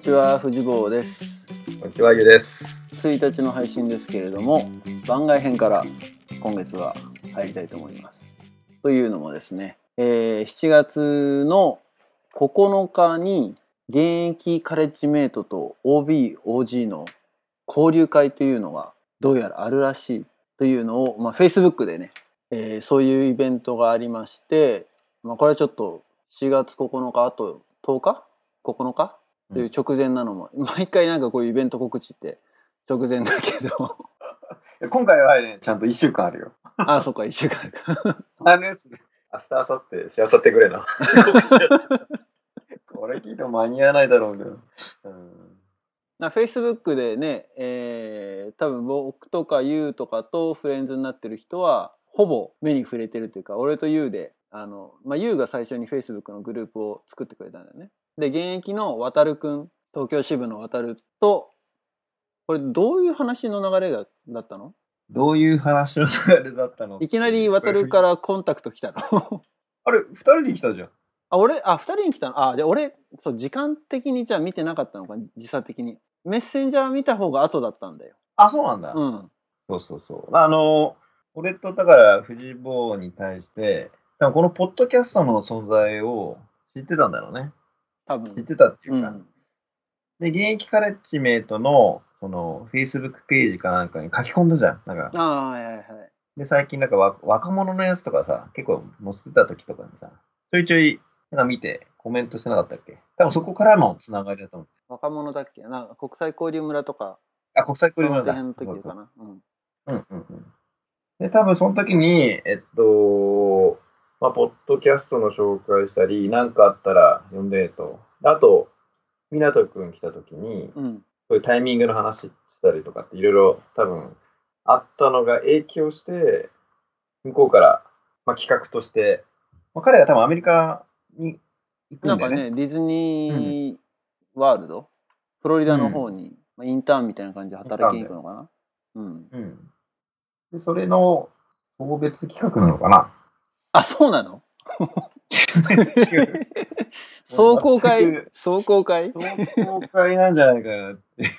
にちは、藤坊です。 こんにちは、ゆうです。 1日の配信ですけれども、番外編から今月は入りたいと思います。というのもですね、7月の9日に現役カレッジメイトと OB、OG の交流会というのがどうやらあるらしいというのを、Facebook でね、そういうイベントがありまして、これはちょっと7月9日あと10日 ?9 日という直前なのも、毎回なんかこういうイベント告知って直前だけど今回はね、ちゃんと1週間あるよ。 あ、そっか、1週間あるか。 あのやつ、明日、明後日、しあさってぐらいな。これ聞いても間に合わないだろうね。 Facebook でね、多分僕とかユウとかとフレンズになってる人はほぼ目に触れてるというか、俺とユウでユウが最初に Facebook のグループを作ってくれたんだよね。で、現役の渡るくん、東京支部の渡ると、これどういう話の流れだったの？ どういう話の流れだったの？ いきなり渡るからコンタクト来たの？ あれ、2人で来たじゃん。 2人に来たの？じゃあ俺、そう、時間的にじゃあ見てなかったのか、時差的に。メッセンジャー見た方が後だったんだよ。 あ、そうなんだ。 うん。 そう。俺とだから藤坊に対して、多分このポッドキャストの存在を知ってたんだろうね。 多分。 知ってたっていうか。 うん、 で、現役カレッジメイトの、その、Facebook ページかなんかに書き込んだじゃん。なんか。 はいはいはい。 で、最近なんか若者のやつとかさ、結構載せてた時とかにさ、ちょいちょいなんか見てコメントしてなかったっけ？多分そこからのつながりだと思う。 若者だっけ？なんか国際交流村とか。 あ、国際交流村だ。 その時かな。 で、多分その時に、ポッドキャストの紹介したり、なんかあったら呼んでと。あと、湊くん来た時に、そういうタイミングの話したりとかっていろいろ多分あったのが影響して、向こうから、企画として、彼が多分アメリカに行くんだよね。 なんかね、ディズニーワールド、フロリダの方に、インターンみたいな感じで働きに行くのかな。 で、それの送別企画なのかな。 あ、そうなの？壮行会なんじゃないかなって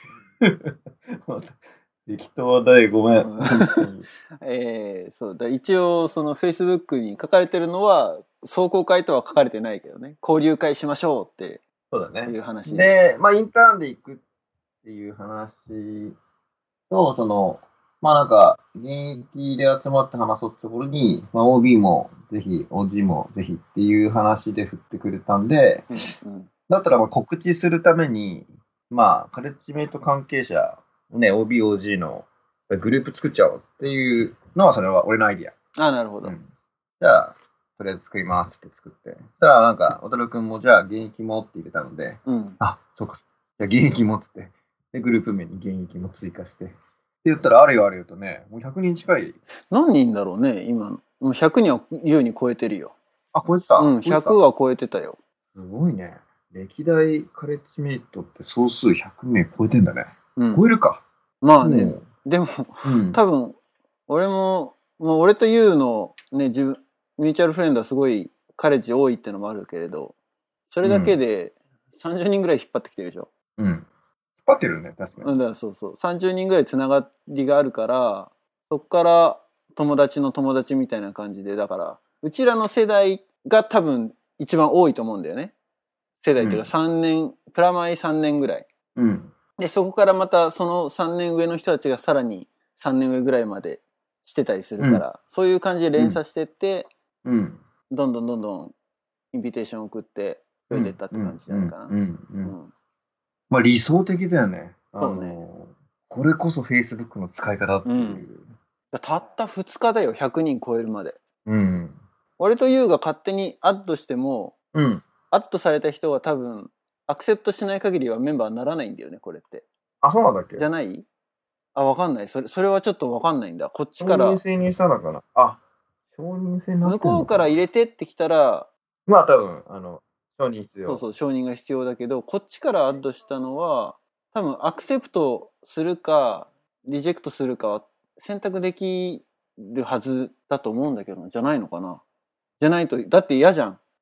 適当だよ、ごめん。 そうだ、一応その Facebook に書かれてるのは壮行会とは書かれてないけどね、交流会しましょうっていう話で、インターンで行くっていう話と、なんか現役で集まって話そうってところに、OB もぜひ OG もぜひっていう話で振ってくれたんで、だったら告知するためにカレッジメイト関係者ね、OB、OG のグループ作っちゃおうっていうのは、それは俺のアイディア。 なるほど。 じゃあ、とりあえず作りますって作って。そしたら、なんか、渡るくんも、じゃあ、現役もって入れたので、そうか。じゃあ、現役もって。で、グループ名に現役も追加して。って言ったら、あれよとね、もう100人近い。 何人だろうね、今。もう100人は優に超えてるよ。 あ、超えてた 100は超えてたよ。 すごいね。歴代カレッジメイトって総数100名超えてんだね。超えるか。 でも、多分俺もう俺とユウのね、ミューチャルフレンドはすごいカレッジ多いってのもあるけれど、それだけで30人ぐらい引っ張ってきてるでしょ。 引っ張ってるね、確かに。 だからそう30人ぐらいつながりがあるから、そっから友達の友達みたいな感じで、だからうちらの世代が多分一番多いと思うんだよね。世代っていうか3年、プラマイ3年ぐらい。で、そこからまたその3年上の人たちがさらに3年上ぐらいまでしてたりするから、そういう感じで連鎖してって、どんどんインビテーションを送って増えてったって感じじゃないかな。 理想的だよね。 そうね。 これこそ Facebook の使い方っていう。 たった2日だよ、100人超えるまで。俺とユウが勝手にアッドしても、アッドされた人は多分アクセプトしない限りはメンバーにならないんだよね、これって。 あ、そうなんだっけ？ じゃない？わかんない。それはちょっとわかんないんだ。こっちから。 承認制にしたのかな？承認制になってるのかな？ 向こうから入れてってきたら、 多分、承認必要。 承認が必要だけど、こっちからアッドしたのは、多分アクセプトするか、リジェクトするかは選択できるはずだと思うんだけど、じゃないのかな？じゃないと、だって嫌じゃん。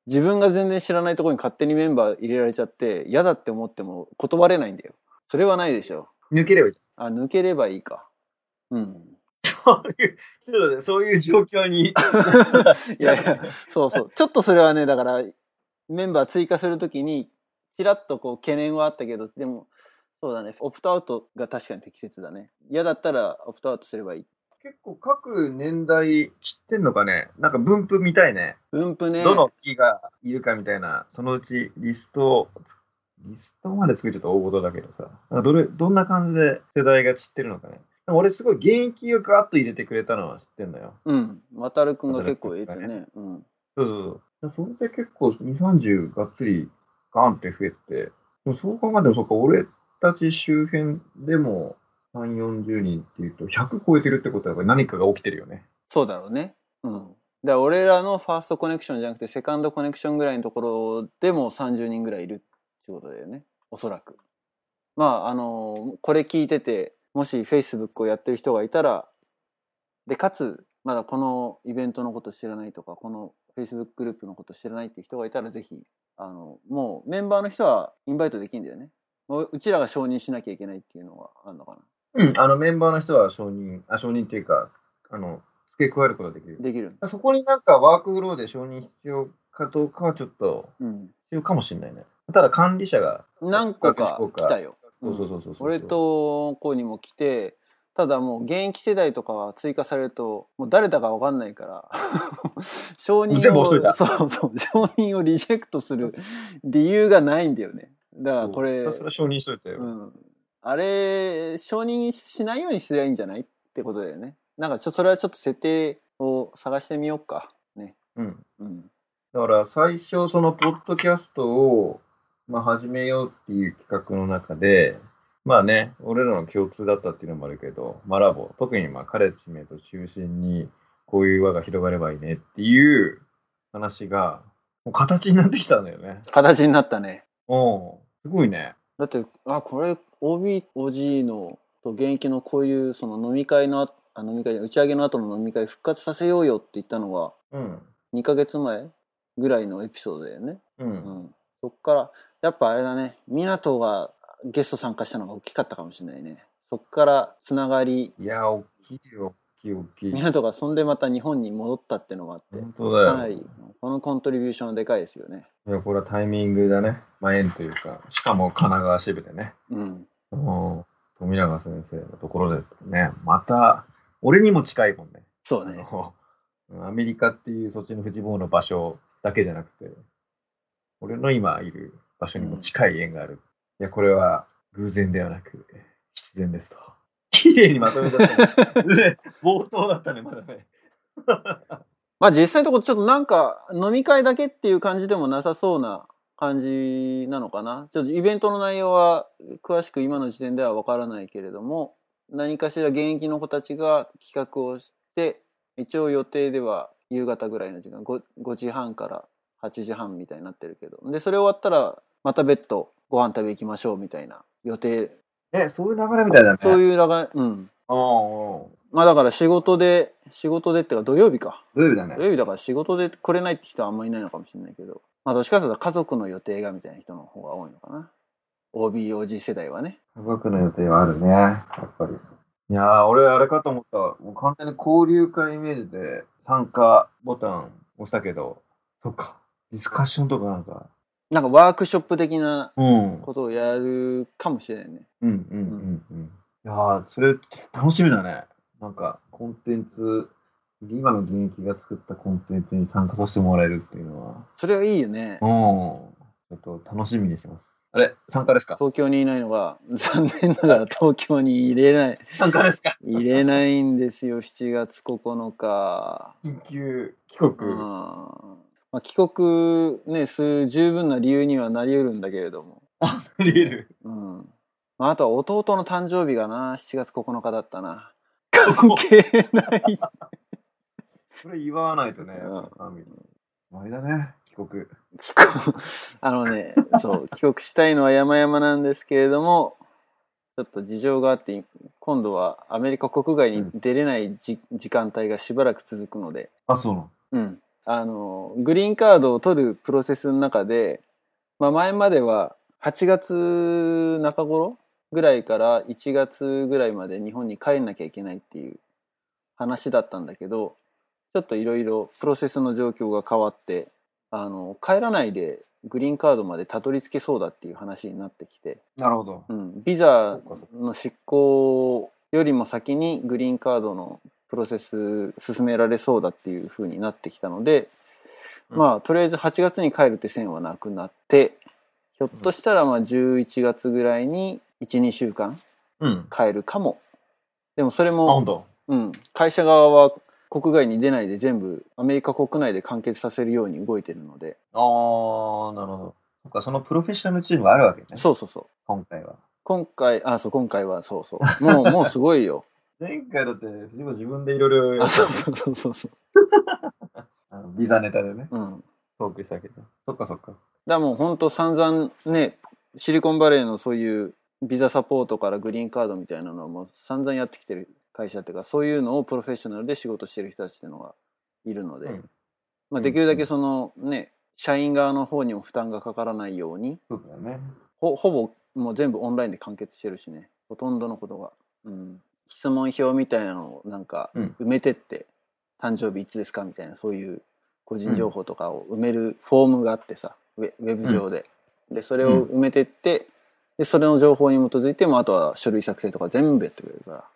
自分が全然知らないところに勝手にメンバー入れられちゃって嫌だって思っても断れないんだよ。それはないでしょ。 抜ければいい。 抜ければいいか。うん。 そういう状況に。いや、そうそう。ちょっとそれはね、だから、メンバー追加するときに、ちらっとこう懸念はあったけど、でも、そうだね。オプトアウトが確かに適切だね。嫌だったらオプトアウトすればいい。 結構各年代知ってんのかね。なんか分布見たいね。 分布ね。 どの木がいるかみたいな、そのうちリストまで作るちょっと大事だけどさ。どんな感じで世代が知ってるのかね。俺すごい現役をガーッと入れてくれたのは知ってんだよ。 うん。渡るくんが結構入れてね。うん。 そう。それで結構2、30がっつりガーンって増えて、でもそう考えてもそうか、俺たち周辺でも3、40人っていうと100超えてるってことはやっぱり何かが起きてるよね。 そうだろうね。うん。だから俺らのファーストコネクションじゃなくてセカンドコネクションぐらいのところでも30人ぐらいいるってことだよね。おそらく。まあこれ聞いててもし Facebook をやってる人がいたらでかつまだこのイベントのこと知らないとかこの Facebook グループのこと知らないっていう人がいたらぜひもうメンバーの人はインバイトできるんだよね。うちらが承認しなきゃいけないっていうのがあるのかな。うん、メンバーの人は承認っていうか、付け加えることができる。 できる。 そこになんかワークフローで承認必要かどうかはちょっと必要かもしれないね。ただ管理者が何個か来たよ。 そう。 俺とこうにも来て、ただもう現役世代とかは追加されるともう誰だか分かんないから承認をリジェクトする理由がないんだよね。だからこれそれは承認しといてよ。 あれ承認しないようにすりゃいいんじゃないってことだよね。なんかそれはちょっと設定を探してみようかね。 だから最初そのポッドキャストを始めようっていう企画の中で、まあね、俺らの共通だったっていうのもあるけど、ラボ、特にカレッジメイト中心にこういう輪が広がればいいねっていう話がもう形になってきたんだよね。 形になったね。 すごいね。 だってこれ OB、OG のと現役のこういうその飲み会の打ち上げの後の飲み会復活させようよって言ったのが2ヶ月前ぐらいのエピソードだよね。そっからやっぱあれだね、湊がゲスト参加したのが大きかったかもしれないね。そっからつながり、 いや大きい。 湊がそんでまた日本に戻ったってのがあって、 本当だよ。 かなりこのコントリビューションはでかいですよね。 いやこれはタイミングだね。縁というか、しかも神奈川支部でね。富永先生のところでね、また俺にも近いもんね。 そうね。 アメリカっていうそっちの富士坊の場所だけじゃなくて、俺の今いる場所にも近い縁がある。いや、これは偶然ではなく、必然ですと。綺麗にまとめたね。冒頭だったね、まだね。 実際のところちょっとなんか飲み会だけっていう感じでもなさそうな感じなのかな。ちょっとイベントの内容は詳しく今の時点ではわからないけれども、何かしら現役の子たちが企画をして、一応予定では夕方ぐらいの時間、5時半から8時半みたいになってるけど、でそれ終わったらまた別途ご飯食べ行きましょうみたいな予定。 そういう流れみたいだね。 そういう流れ。だから仕事でってか土曜日か。 土曜日だね。 土曜日だから仕事で来れないって人はあんまりいないのかもしれないけど、どっちかというと家族の予定がみたいな人の方が多いのかな。OB、OG 世代はね。 家族の予定はあるね、やっぱり。いやー、俺あれかと思った。もう完全に交流会イメージで参加ボタン押したけど、そっか。ディスカッションとかなんかワークショップ的なことをやるかもしれないね。 いやー、それ楽しみだね。なんかコンテンツ、今の現役が作ったコンテンツに参加させてもらえるっていうのは。 それはいいよね。 ちょっと楽しみにしてます。あれ、参加ですか？ 東京にいないのが残念ながら東京に入れない。 参加ですか？ 入れないんですよ、7月9日。 緊急帰国。 帰国ね、十分な理由にはなり得るんだけれども。 なり得る。 あとは弟の誕生日がな、7月9日だったな。関係ない。 それ祝わないとね。あれだね、帰国。 そう、帰国したいのは山々なんですけれども、ちょっと事情があって、今度はアメリカ国外に出れない時間帯がしばらく続くので。 そうなの？ グリーンカードを取るプロセスの中で、前までは8月中頃ぐらいから1月ぐらいまで日本に帰んなきゃいけないっていう話だったんだけど、ちょっといろいろプロセスの状況が変わって、帰らないでグリーンカードまでたどり着けそうだっていう話になってきて、 なるほど。 ビザの執行よりも先にグリーンカードのプロセス進められそうだっていう風になってきたので、とりあえず8月に帰るって線はなくなって、ひょっとしたら11月ぐらいに 1,2 週間帰るかも。でもそれも、会社側は国外に出ないで全部アメリカ国内で完結させるように動いてるので。 なるほど。そのプロフェッショナルチームがあるわけね。 そう。今回はそう。もうすごいよ。 前回だって自分でいろいろやった。 そう。 ビザネタでね。トークしたけど。そっか。 だもう本当散々ね、シリコンバレーのそういうビザサポートからグリーンカードみたいなのはもう散々やってきてる会社っていうか、そういうのをプロフェッショナルで仕事してる人たちっていうのがいるので、できるだけそのね、社員側の方にも負担がかからないように、 そうだよね。 ほぼもう全部オンラインで完結してるしね、ほとんどのことが。質問票みたいなのをなんか埋めてって、誕生日いつですかみたいな、そういう個人情報とかを埋めるフォームがあってさ、ウェブ上で。で、それを埋めてって、で、それの情報に基づいても、あとは書類作成とか全部やってくれるから。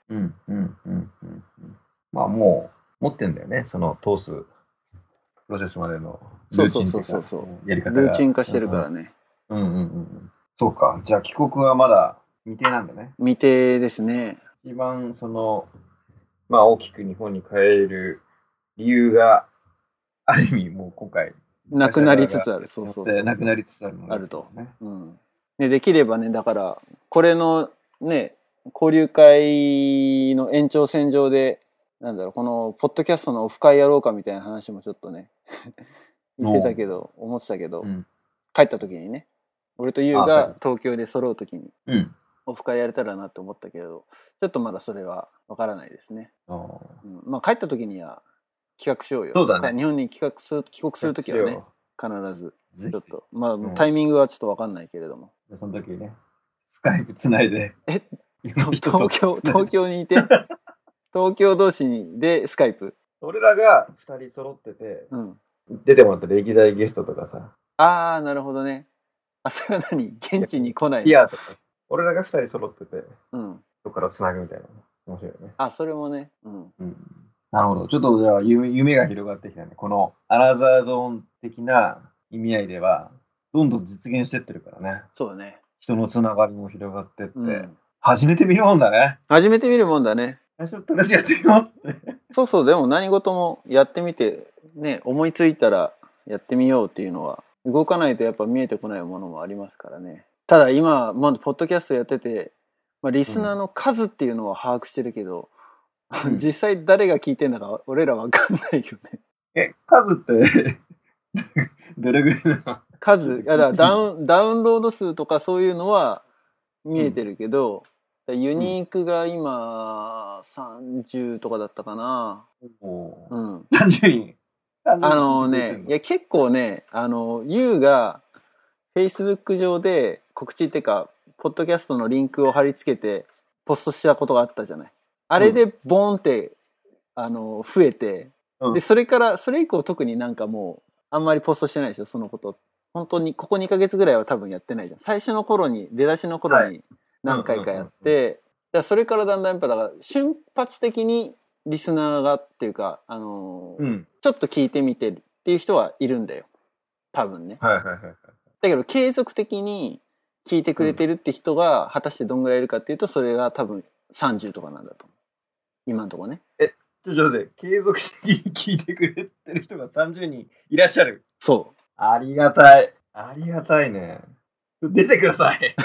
もう持ってんだよね、その通すプロセスまでのルーチンというかやり方がルーチン化してるからね。 そうか。じゃあ帰国はまだ未定なんだね。 未定ですね。 一番大きく日本に帰る理由がある意味もう今回なくなりつつある。 なくなりつつあるあると。できればね、だからこれのね、交流会の延長線上でこのポッドキャストのオフ会やろうかみたいな話もちょっとね思ってたけど、帰った時にね、俺とユウが東京で揃う時にオフ会やれたらなって思ったけど、ちょっとまだそれはわからないですね。帰った時には企画しようよ。 そうだね。 日本に帰国する時はね、必ずちょっとタイミングはちょっとわかんないけれども、 その時にね、スカイプつないで、 東京にいて東京同士でスカイプ。 俺らが2人揃ってて、出てもらった歴代ゲストとかさ。 なるほどね。それは何？現地に来ない。 いやとか。俺らが2人揃ってて、そこからつなぐみたいな。面白いよね。 それもね。 なるほど。ちょっとじゃあ夢が広がってきたね。このアナザーゾーン的な意味合いでは、どんどん実現してってるからね。 そうだね。 人のつながりも広がってって、初めて見るもんだね。 初めて見るもんだね。 最初とりあえずやってみようって。 そう、でも何事もやってみて、ね、思いついたらやってみようっていうのは、動かないとやっぱ見えてこないものもありますからね。ただ今、ポッドキャストやってて、リスナーの数っていうのは把握してるけど、実際誰が聞いてんだか俺らわかんないよね。 数ってどれぐらいなの？ 数、だからダウンロード数とかそういうのは見えてるけど、ユニークが今30とかだったかな。 30人。 いや結構ね、ユウが Facebook 上で告知ってか、ポッドキャストのリンクを貼り付けてポストしたことがあったじゃない。あれでボーンって増えて、でそれ以降特にもうあんまりポストしてないでしょ、そのこと。本当にここ2ヶ月ぐらいは多分やってないじゃん。最初の頃に出だしの頃に何回かやって、それからだんだんやっぱだから瞬発的にリスナーがっていうかちょっと聞いてみてるっていう人はいるんだよ、多分ね。だけど継続的に聞いてくれてるって人が果たしてどんぐらいいるかっていうと、それが多分30とかなんだと思う、今のところね。 ちょっと待って、継続的に聞いてくれてる人が30人いらっしゃる。 そう。 ありがたい。ありがたいね。出てください。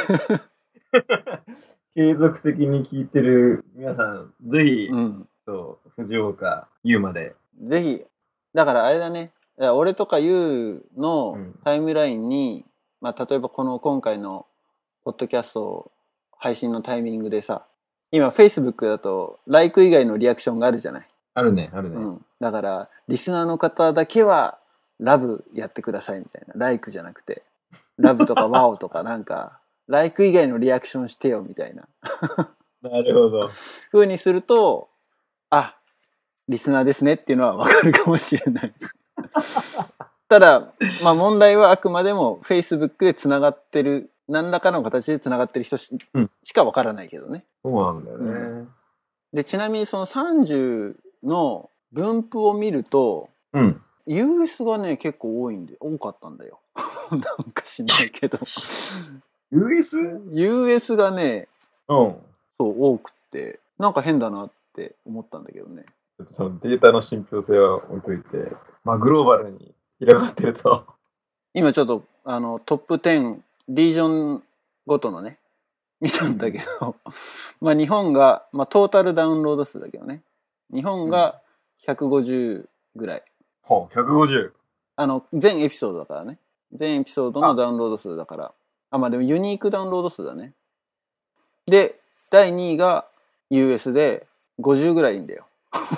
継続的に聞いてる皆さん、ぜひ、藤岡ユウまで。 ぜひ。だからあれだね。俺とかユウのタイムラインに、例えば今回のポッドキャスト配信のタイミングでさ、今 Facebook だと like 以外のリアクションがあるじゃない。 あるね、あるね。 うん。だから、リスナーの方だけは、ラブやってくださいみたいな。ライクじゃなくて、ラブとかワオとかなんか、ライク以外のリアクションしてよみたいな。 なるほど。 風にすると、あ、リスナーですねっていうのはわかるかもしれない。ただ、まあ問題はあくまでも Facebook でつながってる、何らかの形でつながってる人しかわからないけどね。 そうなんだよね。 で、ちなみにその30の分布を見ると、 うん。 US がね、結構多かったんだよ。なんかしないけど。 US？ US がね、 うん。 そう多くってなんか変だなって思ったんだけどね。 ちょっとそのデータの信憑性は置いといて、まあグローバルに広がってると。 今ちょっとトップ10リージョンごとのね見たんだけど、まあ日本が、まあ、トータルダウンロード数だけどね、日本が150ぐらい、 ほう、150。 全エピソードだからね、全エピソードのダウンロード数だから、まあでもユニークダウンロード数だね。で第2位が US で50ぐらいいいんだよ。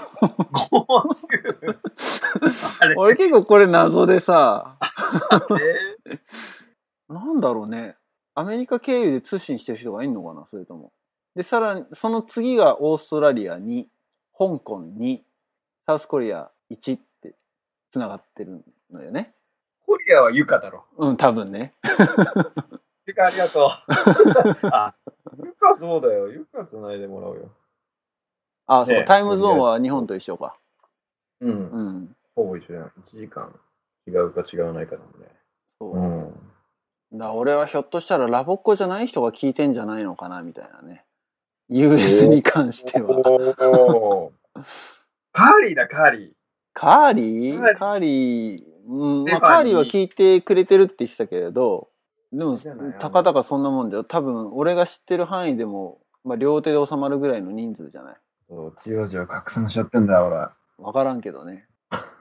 50？ 俺結構これ謎でさ、 えなんだろうね。アメリカ経由で通信してる人がいんのかな、それとも。で、さらに、その次がオーストラリア2、香港2、サウスコリア1って繋がってるのよね。 コリアはユカだろ。 うん、多分ね。 ユカありがとう。あ、ユカそうだよ。ユカ繋いでもらおうよ。 あ、そうか、 ね、 タイムゾーンは日本と一緒か。 うん。 うん。 ほぼ一緒じゃん。1時間違うか違わないかだもんね。 そう。 うん。 だ俺はひょっとしたらラボっ子じゃない人が聞いてんじゃないのかな、みたいなね。US に関しては。 カーリーだ、カーリー。 カーリーカーリー、うん、まあカーリーは聞いてくれてるって言ってたけれど、でも、たかだかそんなもんだよ。多分、俺が知ってる範囲でも、まあ両手で収まるぐらいの人数じゃない。 そう、じわじわ拡散しちゃってんだよ、俺。 わからんけどね。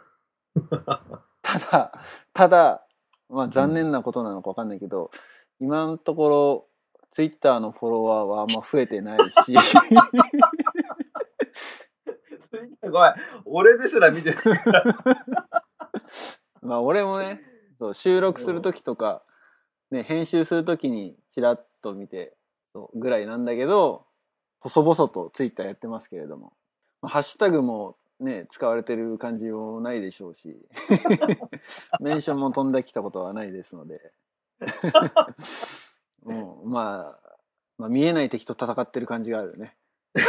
ただ、まあ残念なことなのかわかんないけど、今のところ、ツイッターのフォロワーはあんま増えてないし。 ごめん、俺ですら見てないから。 まあ俺もね、そう収録するときとか、ね、編集するときにちらっと見てぐらいなんだけど、細々とツイッターやってますけれども、ハッシュタグもね使われてる感じもないでしょうし、メンションも飛んできたことはないですので、もうまあ見えない敵と戦ってる感じがあるよね。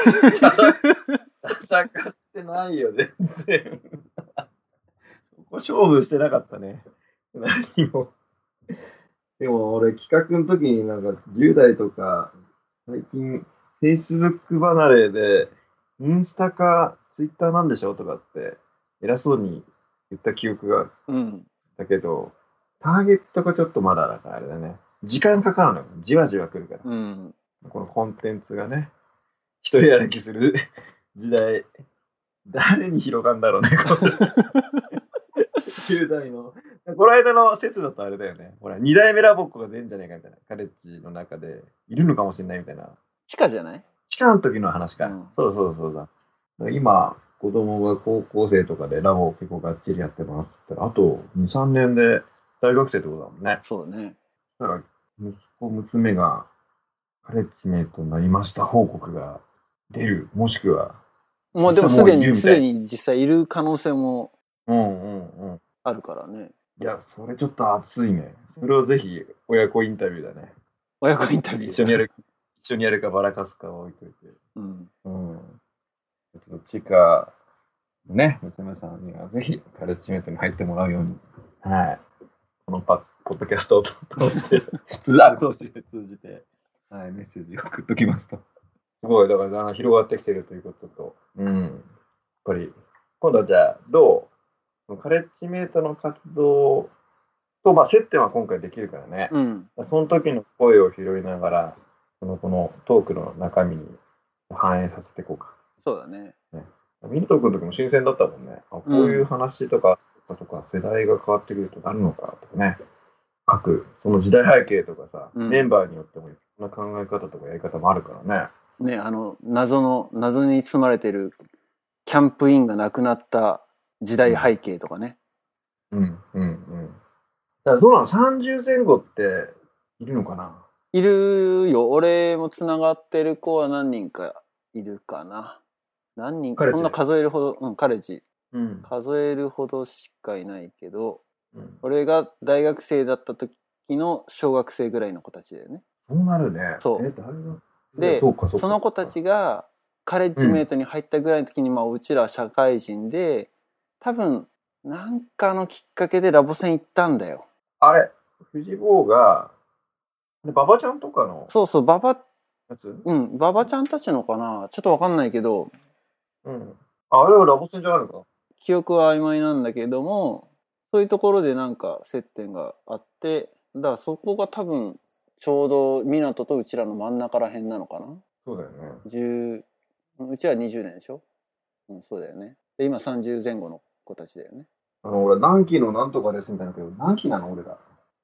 戦ってないよ、全然。そこ勝負してなかったね。何も。でも俺企画の時になんか10代とか最近 Facebook 離れでインスタか Twitter なんでしょとかって偉そうに言った記憶がだけど、ターゲットがちょっとまだだからあれだね。時間かかるのよ。じわじわ来るから。このコンテンツがね、一人歩きする時代、誰に広がるんだろうね、これ。10代の。この間の説だとあれだよね。ほら、2代目ラボっ子が出るんじゃないかみたいな。カレッジの中でいるのかもしれないみたいな。 地下じゃない？ 地下の時の話か。そうそうそうだ。今、子供が高校生とかでラボを結構がっちりやってますって言ったら、あと2、3年で大学生ってことだもんね。 そうね。 だから、息子、娘がカレッジメイトになりました報告が出る。もしくは、 もうでもすでに実際いる可能性もあるからね。 いや、それちょっと熱いね。それをぜひ親子インタビューだね。 親子インタビュー。 一緒にやるかバラかすか置いといて。ちょっとチカね、娘さんにはぜひカレッジメイトに入ってもらうように、はい。このポッドキャストを通して通じて、はい、メッセージを送っときますと。すごい、だから広がってきてるということと、やっぱり、今度はじゃあ、どうカレッジメイトの活動と、まあ、接点は今回できるからね。その時の声を拾いながら、このトークの中身に反映させていこうか。 そうだね。 ミント君の時も新鮮だったもんね。こういう話とか、世代が変わってくるとなるのかとかね。その時代背景とかさ、メンバーによってもいろんな考え方とかやり方もあるからね。 ね、謎に包まれてるキャンプインがなくなった時代背景とかね。 うんうんうん。だからどうなの ?30 前後っているのかな？ いるよ。俺もつながってる子は何人かいるかな。何人か、そんな数えるほど、カレッジ。数えるほどしかいないけど、俺が大学生だった時の小学生ぐらいの子たちだよね。 そうなるね。 そう誰がで、その子たちがカレッジメイトに入ったぐらいの時に、うちら社会人で、多分、なんかのきっかけでラボ戦行ったんだよ。 あれ、藤坊が、馬場ちゃんとかのそうそう、馬場やつ？ 馬場ちゃんたちのかな、ちょっとわかんないけど、 あれはラボ戦じゃないのか？ 記憶は曖昧なんだけども、そういうところでなんか接点があって、だからそこが多分ちょうど港とうちらの真ん中ら辺なのかな。 そうだよね。 うちら20年でしょ。そうだよね。で今30前後の子たちだよね。 俺何期のなんとかですみたいなけど、何期なの俺ら。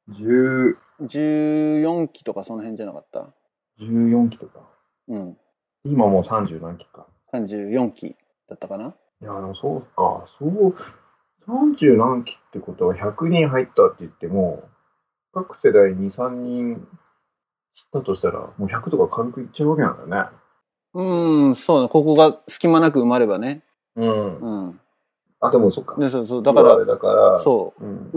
14期とかその辺じゃなかった？ 14期とか。今もう30何期か。 34期だったかな。 いや、でもそうか。30何期ってことは100人入ったって言っても、各世代2、3人知ったとしたら、もう100とか軽くいっちゃうわけなんだよね。そうね。ここが隙間なく埋まればね。 あ、でもそっか。 そう、だから、そう。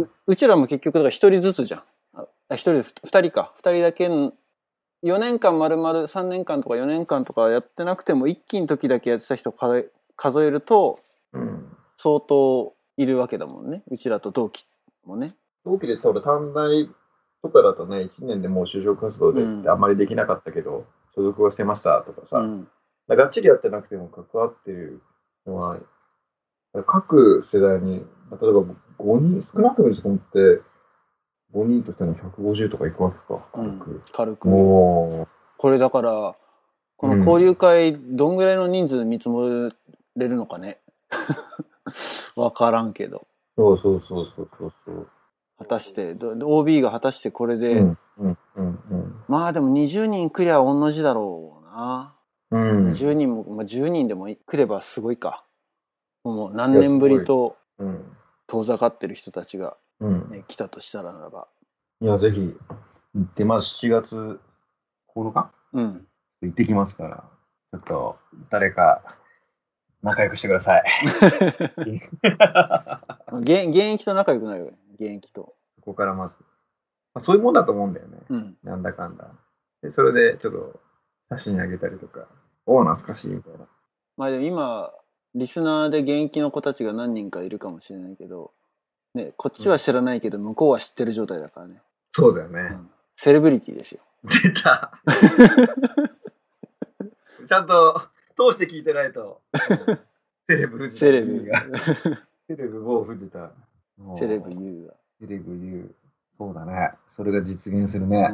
うちらも結局、だから一人ずつじゃん。一人、二人か。二人だけ、4年間丸々3年間とか4年間とかやってなくても、一期の時だけやってた人数えると、相当いるわけだもんね。うちらと同期もね。 同期で多分短大とかだとね、1年でもう就職活動でってあんまりできなかったけど、所属はしてましたとかさ、がっちりやってなくても関わってるのは、各世代に、例えば5人、少なくともって5人としての150とかいくわけか、 軽く。これだから、この交流会、どんぐらいの人数見積もれるのかね。わからんけど。 そう。 果たして、OB が果たしてこれで、まあでも20人来りゃ同じだろうな。20人も、10人でも来ればすごいか。もう何年ぶりと遠ざかってる人たちが、来たとしたらならば。 いや、ぜひ行ってます。7月9日行ってきますから、ちょっと誰か仲良くしてください。 現役と仲良くなるよね。現役と。 そこからまず。そういうもんだと思うんだよね。なんだかんだ。で、それでちょっと写真あげたりとか、懐かしいみたいな。 でも今、リスナーで現役の子たちが何人かいるかもしれないけど、ね、こっちは知らないけど、向こうは知ってる状態だからね。 そうだよね。 セレブリティですよ。 出た。ちゃんと通して聞いてないと。セレブ藤田。セレブ某藤田。 セレブユーが。 セレブユー。そうだね。それが実現するね。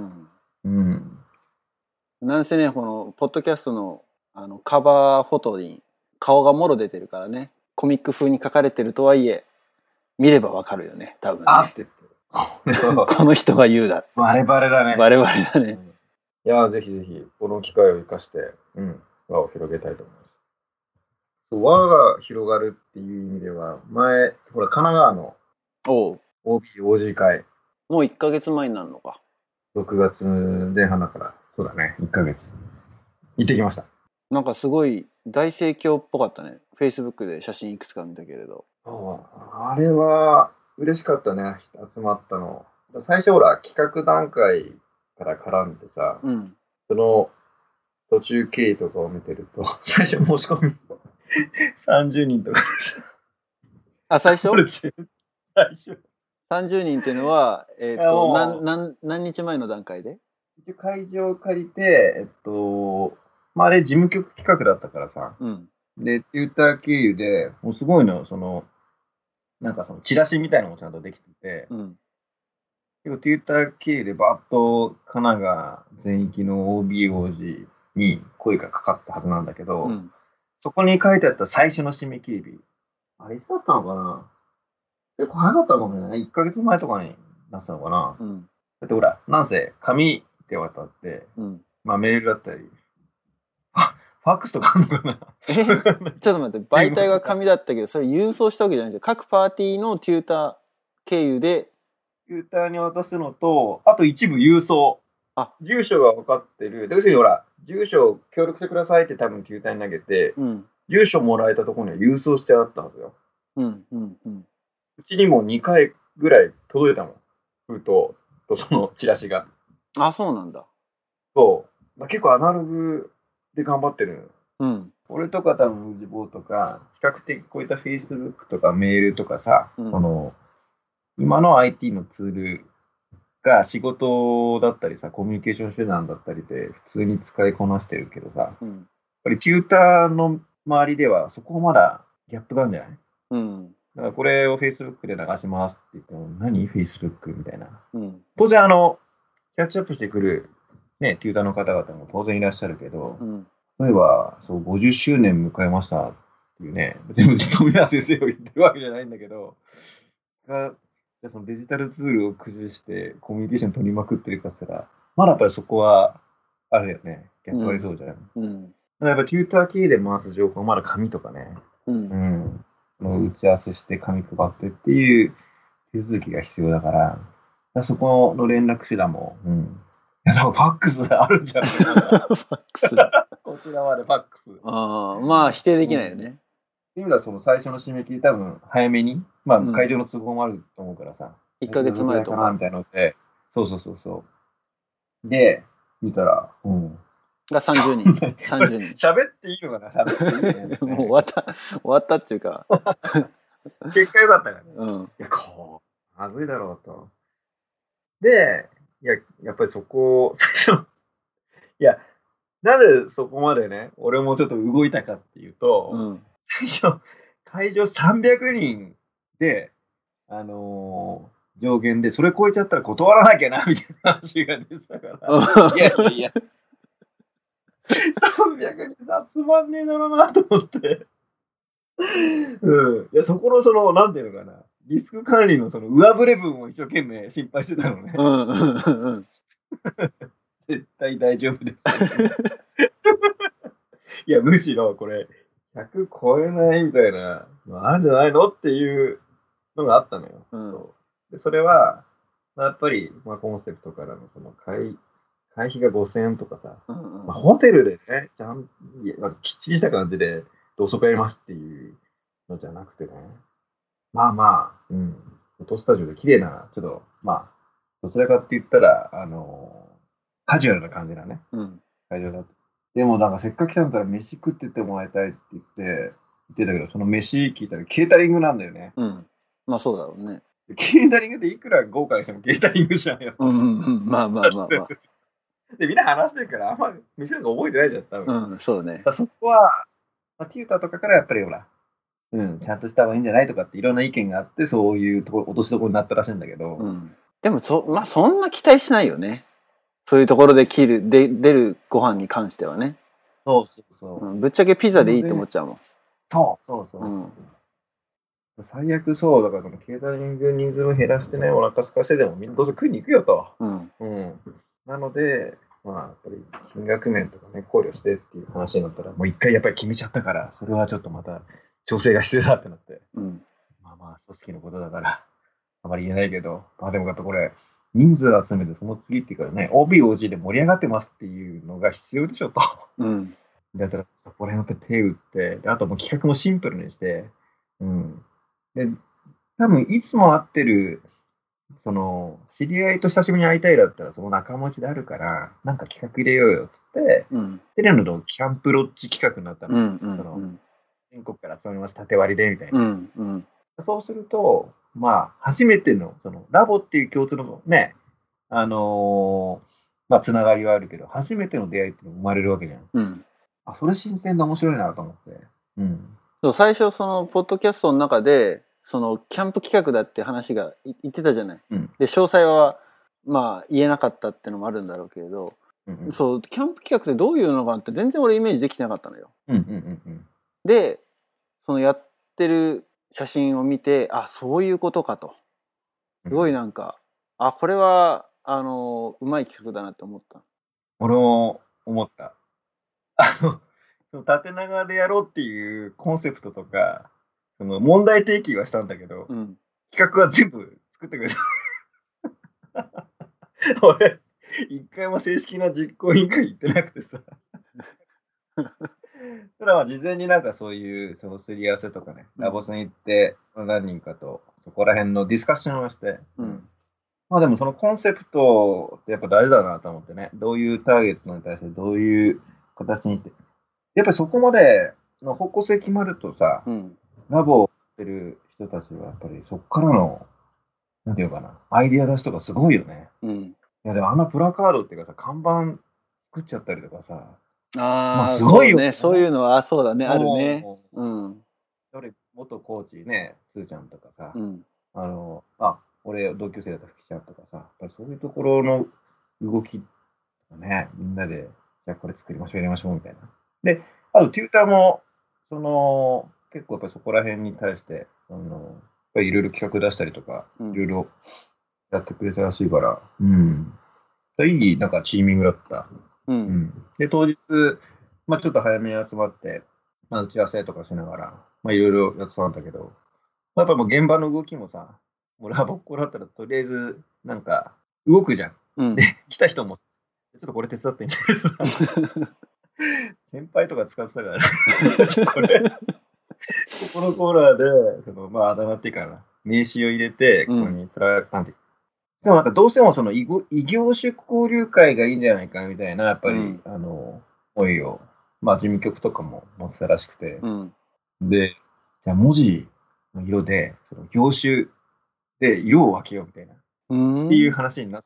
なんせね、このポッドキャストのカバーフォトに顔がもろ出てるからね。コミック風に書かれてるとはいえ、見ればわかるよね。多分ね。 あってこの人が言うだ。 バレバレだね。 バレバレだね。 いや、ぜひぜひ、この機会を生かして、輪を広げたいと思います。輪が広がるっていう意味では、前、ほら、神奈川の OB、OG 会。 もう1ヶ月前になるのか。 6月前半だから、そうだね、1ヶ月。行ってきました。 なんかすごい大盛況っぽかったね。Facebook で写真いくつか見たけれど。 あれは嬉しかったね、集まったの。最初ほら、企画段階から絡んでさ、その途中経緯とかを見てると、最初申し込み30人とかでさ。 あ、最初最初。 30人っていうのは、何日前の段階で？ 一応会場を借りて、あれ事務局企画だったからさ、で、ツイッター経由で、もうすごいの、なんかチラシみたいなのもちゃんとできてて、結構ツイッター経由でバッと神奈川全域の OB、OG に声がかかったはずなんだけど、そこに書いてあった最初の締め切り、あれいつだったのかな？結構早かったのかもね。1ヶ月前とかになったのかな。だってほら、なんせ紙で渡って、メールだったり、フファックスとかあるのかな。 ちょっと待って、媒体が紙だったけど、それ郵送したわけじゃないんですよ。各パーティーのテューター経由で。 テューターに渡すのと、あと一部郵送。 あ、 住所が分かってる。で、要するにほら、住所を協力してくださいって多分テューターに投げて、 うん。 住所もらえたところには郵送してあったはずよ。 うんうんうん。 うちにも2回ぐらい届いたもん。封筒とそのチラシが。 あ、そうなんだ。 そう。結構アナログで頑張ってる。 うん。 俺とか多分、ウジボーとか、比較的こういった Facebook とかメールとかさ、 うんその、今の IT のツールが仕事だったりさ、コミュニケーション手段だったりで普通に使いこなしてるけどさ、やっうんぱりテューターの周りではそこまだギャップがあるんじゃない？ うんだからこれを Facebook で流しますって言っても、何 Facebook みたいな。 うん当然キャッチアップしてくるね、テューターの方々も当然いらっしゃるけど、 うん例えば、そう、50周年迎えましたっていうね、別に富永先生を言ってるわけじゃないんだけど、が、じゃあそのデジタルツールを駆使してコミュニケーション取りまくってるかって言ったら、まだやっぱりそこは、あれだよね、ギャップありそうじゃん。 うんだからやっぱテューター系で回す情報はまだ紙とかね、 うん打ち合わせして紙配ってっていう手続きが必要だから、だからそこの連絡手段も、いや、でもファックスあるんじゃないかな。 ファックス。 こちらまでファックス。 ああ、まあ否定できないよね。 っていう意味では、その最初の締め切り、多分早めに、まあ、会場の都合もあると思うからさ、 1ヶ月前とかかなみたいなので、そう。で、見たら、 が30人。30人。 喋っていいのかな、喋っていいのかな。 もう終わったっていうか。 結果良かったからね。 うんいや、まずいだろうと。で、やっぱりそこ、最初、いや、なぜそこまでね、俺もちょっと動いたかっていうと、 うん最初、会場300人で、上限で、それ超えちゃったら断らなきゃな、みたいな話が出てたから、いや、300人集まんねえだろうなと思って。いや、そこのなんていうのかな、リスク管理のその上振れ分を一生懸命心配してたのね。絶対大丈夫です。いや、むしろこれ、100超えないみたいなのあるんじゃないのっていうのがあったのよ。でそれは、やっぱり、コンセプトからのその会費が5000円とかさ、ホテルでね、きっちりした感じで同窓会やりますっていうのじゃなくてね、フォトスタジオで綺麗な、ちょっと、どちらかって言ったら、カジュアルな感じなね、会場だった。でもなんかせっかく来たんだったら飯食ってってもらいたいって言ってたけど、その飯聞いたらケータリングなんだよね。 まあそうだろうね。 ケータリングでいくら豪華にしてもケータリングじゃんよ。 まあ。 で、みんな話してるから、あんま飯なんか覚えてないじゃん、多分。 そうね。 そこは、テューターとかからやっぱりほら、ちゃんとした方がいいんじゃないとかっていろんな意見があって、そういうところ、落としどころになったらしいんだけど。 でもそんな期待しないよね。そういうところで出るご飯に関してはね。ぶっちゃけピザでいいって思っちゃうもん。 そう。最悪そう、だからそのケータリング人数分減らしてね、お腹空かせてでもみんなどうせ食いに行くよと。なので、やっぱり金額面とかね、考慮してっていう話になったら、もう一回やっぱり決めちゃったから、それはちょっとまた調整が必要だってなって。組織のことだから、あまり言えないけど、でもやっぱこれ、人数集めてその次っていうからね、OB、OG で盛り上がってますっていうのが必要でしょと。だったらそこら辺やっぱ手打って、であともう企画もシンプルにして、で、多分いつも会ってる、その、知り合いと久しぶりに会いたいだったら、その仲間内であるから、なんか企画入れようよって言って、テレのとキャンプロッジ企画になったの。全国から集まります、縦割りで、みたいな。そうすると、初めての、その、ラボっていう共通のね、つながりはあるけど、初めての出会いっていうのが生まれるわけじゃん。それ新鮮で面白いなと思って。 最初、その、ポッドキャストの中で、その、キャンプ企画だって話が言ってたじゃない。で、詳細は、言えなかったってのもあるんだろうけれど、そう、キャンプ企画ってどういうのかなって全然俺イメージできてなかったのよ。で、そのやってる写真を見て、そういうことかと。すごいなんか、これは、うまい企画だなって思った。 俺も思った。 その縦長でやろうっていうコンセプトとか、その問題提起はしたんだけど、 うん。 企画は全部作ってくれた。俺、一回も正式な実行委員会行ってなくてさ。ただまあ事前になんかそういうそのすり合わせとかね、ラボスに行って何人かとそこら辺のディスカッションをして、 うん。 まあでもそのコンセプトってやっぱ大事だなと思ってね、どういうターゲットに対してどういう形にって、やっぱりそこまでの方向性決まるとさ、 うん。 ラボをやってる人たちはやっぱりそこからの、なんていうかな、アイディア出しとかすごいよね。 うん。 いやでもあんなプラカードっていうかさ、看板作っちゃったりとかさ、 ああ、 すごいよね。そういうのは、そうだね、あるね。うん。 元コーチね、つーちゃんとかさ、 うん。 俺同級生だった福ちゃんとかさ、やっぱりそういうところの動きとかね、みんなで、じゃあこれ作りましょう、やりましょうみたいな。で、あと、テューターも、結構やっぱりそこら辺に対して、やっぱりいろいろ企画出したりとか、いろいろやってくれたらしいから、いい、なんかチーミングだった。で、当日、ちょっと早めに集まって、打ち合わせとかしながら、いろいろやってたんだけど、やっぱもう現場の動きもさ、もうラボっ子だったらとりあえず、なんか、動くじゃん。で、来た人も、ちょっとこれ手伝ってみたいなさ。先輩とか使ってたから、これ、ここのコーナーで、あだ名っていうかな、名刺を入れて、ここにプラカンって。でもなんかどうしてもその異業種交流会がいいんじゃないかみたいな、やっぱり、思いを、事務局とかも持ってたらしくて。で、じゃあ文字の色で、その業種で色を分けようみたいな、っていう話になった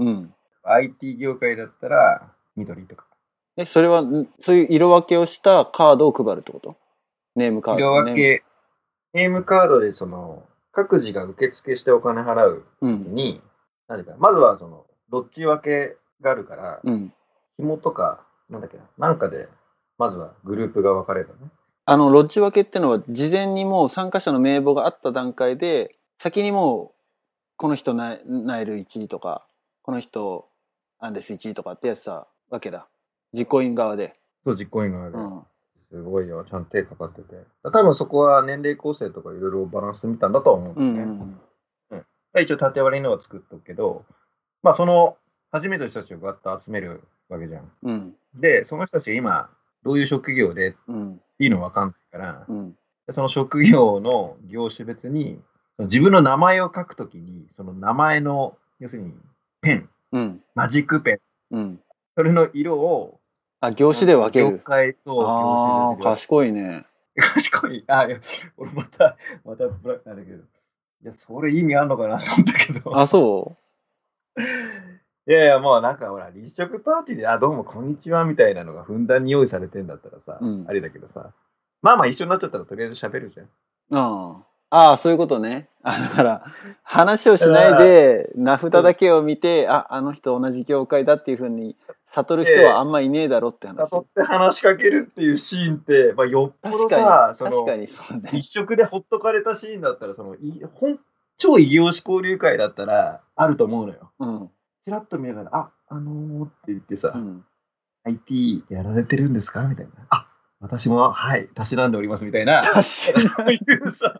。IT 業界だったら緑とか。 それは、そういう色分けをしたカードを配るってこと？ネームカード。 色分け、ネームカードでその、各自が受付してお金払うに、まずはその、ロッジ分けがあるから、紐とか、なんかで、まずはグループが分かれるね。 ロッジ分けってのは、事前にもう参加者の名簿があった段階で、先にもう、この人ナイル1位とか、この人アンデス1位とかってやってたわけだ。実行委員側で。 そう、実行委員側で。すごいよ、ちゃんと手かかってて。多分そこは年齢構成とかいろいろバランス見たんだとは思うんだよね。一応縦割りのは作っとくけど、その初めての人たちをガッと集めるわけじゃん。で、その人たちが今、どういう職業でっていうの分かんないから、その職業の業種別に、自分の名前を書くときに、その名前の、要するにペン、マジックペン、それの色を、 業種で分ける。 業界と業種で。 賢いね。 賢い。いや、俺またブラックなんだけど。いや、それ意味あんのかなと思ったけど。 そういやいや、もうなんかほら、立食パーティーで、どうもこんにちはみたいなのがふんだんに用意されてんだったらさ、あれだけどさ。一緒になっちゃったらとりあえず喋るじゃん。 そういうことね。だから、話をしないで、名札だけを見て、あの人同じ業界だっていうふうに悟る人はあんまいねえだろって話。 悟って話しかけるっていうシーンって、よっぽどさ、 確かにそうね。 一色でほっとかれたシーンだったら、超異業種交流会だったら、あると思うのよ。ちらっと見ながら、って言ってさ、IT やられてるんですかみたいな。私も、はい、たしなんでおりますみたいな。そういうさ。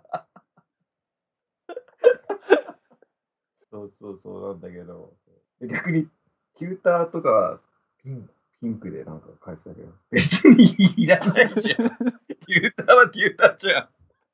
そうなんだけど。逆に、テューターとか、ピンクでなんか書いてたけど、別にいらないじゃん。テューターはテューターじゃん。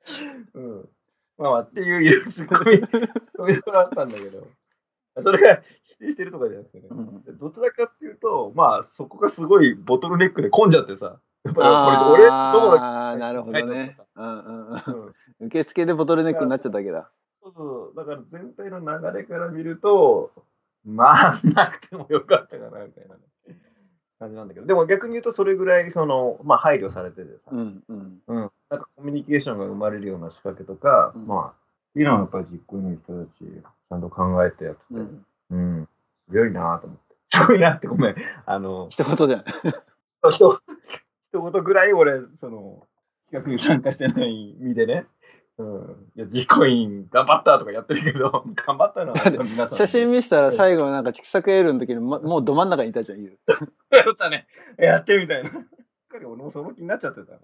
っていう色ツッコミ、そういうのがあったんだけど、それが否定してるとかじゃなくてね、どちらかっていうと、そこがすごいボトルネックで混んじゃってさ、やっぱり俺、 なるほどね。受付でボトルネックになっちゃったわけだ。 だから全体の流れから見ると、なくてもよかったかなみたいな感じなんだけど、でも逆に言うとそれぐらい配慮されててさ、なんかコミュニケーションが生まれるような仕掛けとか、っていうのはやっぱり実行委員の人たちちゃんと考えてやってて、すごいなと思って。すごいなってごめん。 一言じゃん。 一言ぐらい俺、企画に参加してない身でね。いや、実行委員頑張ったとかやってるけど、頑張ったのは皆さん。 写真見せたら最後なんか畜作エールの時にもうど真ん中にいたじゃん、 やったね。やってみたいな。 かり俺もその気になっちゃってた。